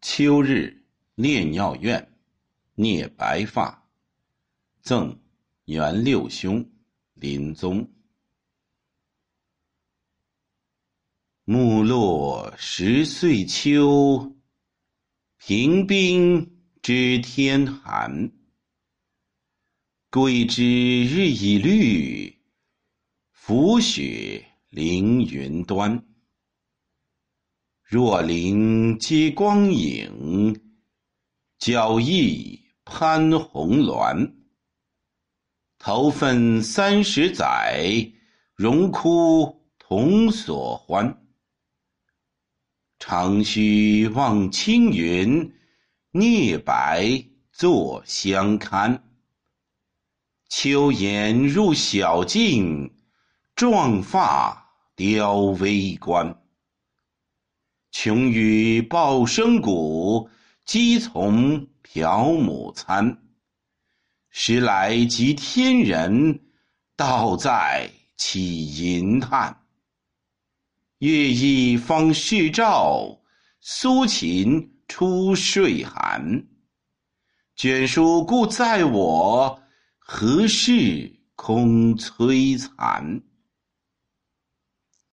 秋日炼药院，聂白发，赠元六兄临终。木落10岁秋，平冰知天寒。桂枝日已绿，浮雪凌云端。若凌接光影，脚意攀红鸾。头分30载，荣枯同所欢。长须望青云，聂白作相看。秋颜入小径，壮发雕微冠。穷于报生谷，饥从嫖母餐。时来即天人，道在起银叹。月意方世照，苏秦出睡寒。卷书故在我，何事空摧残？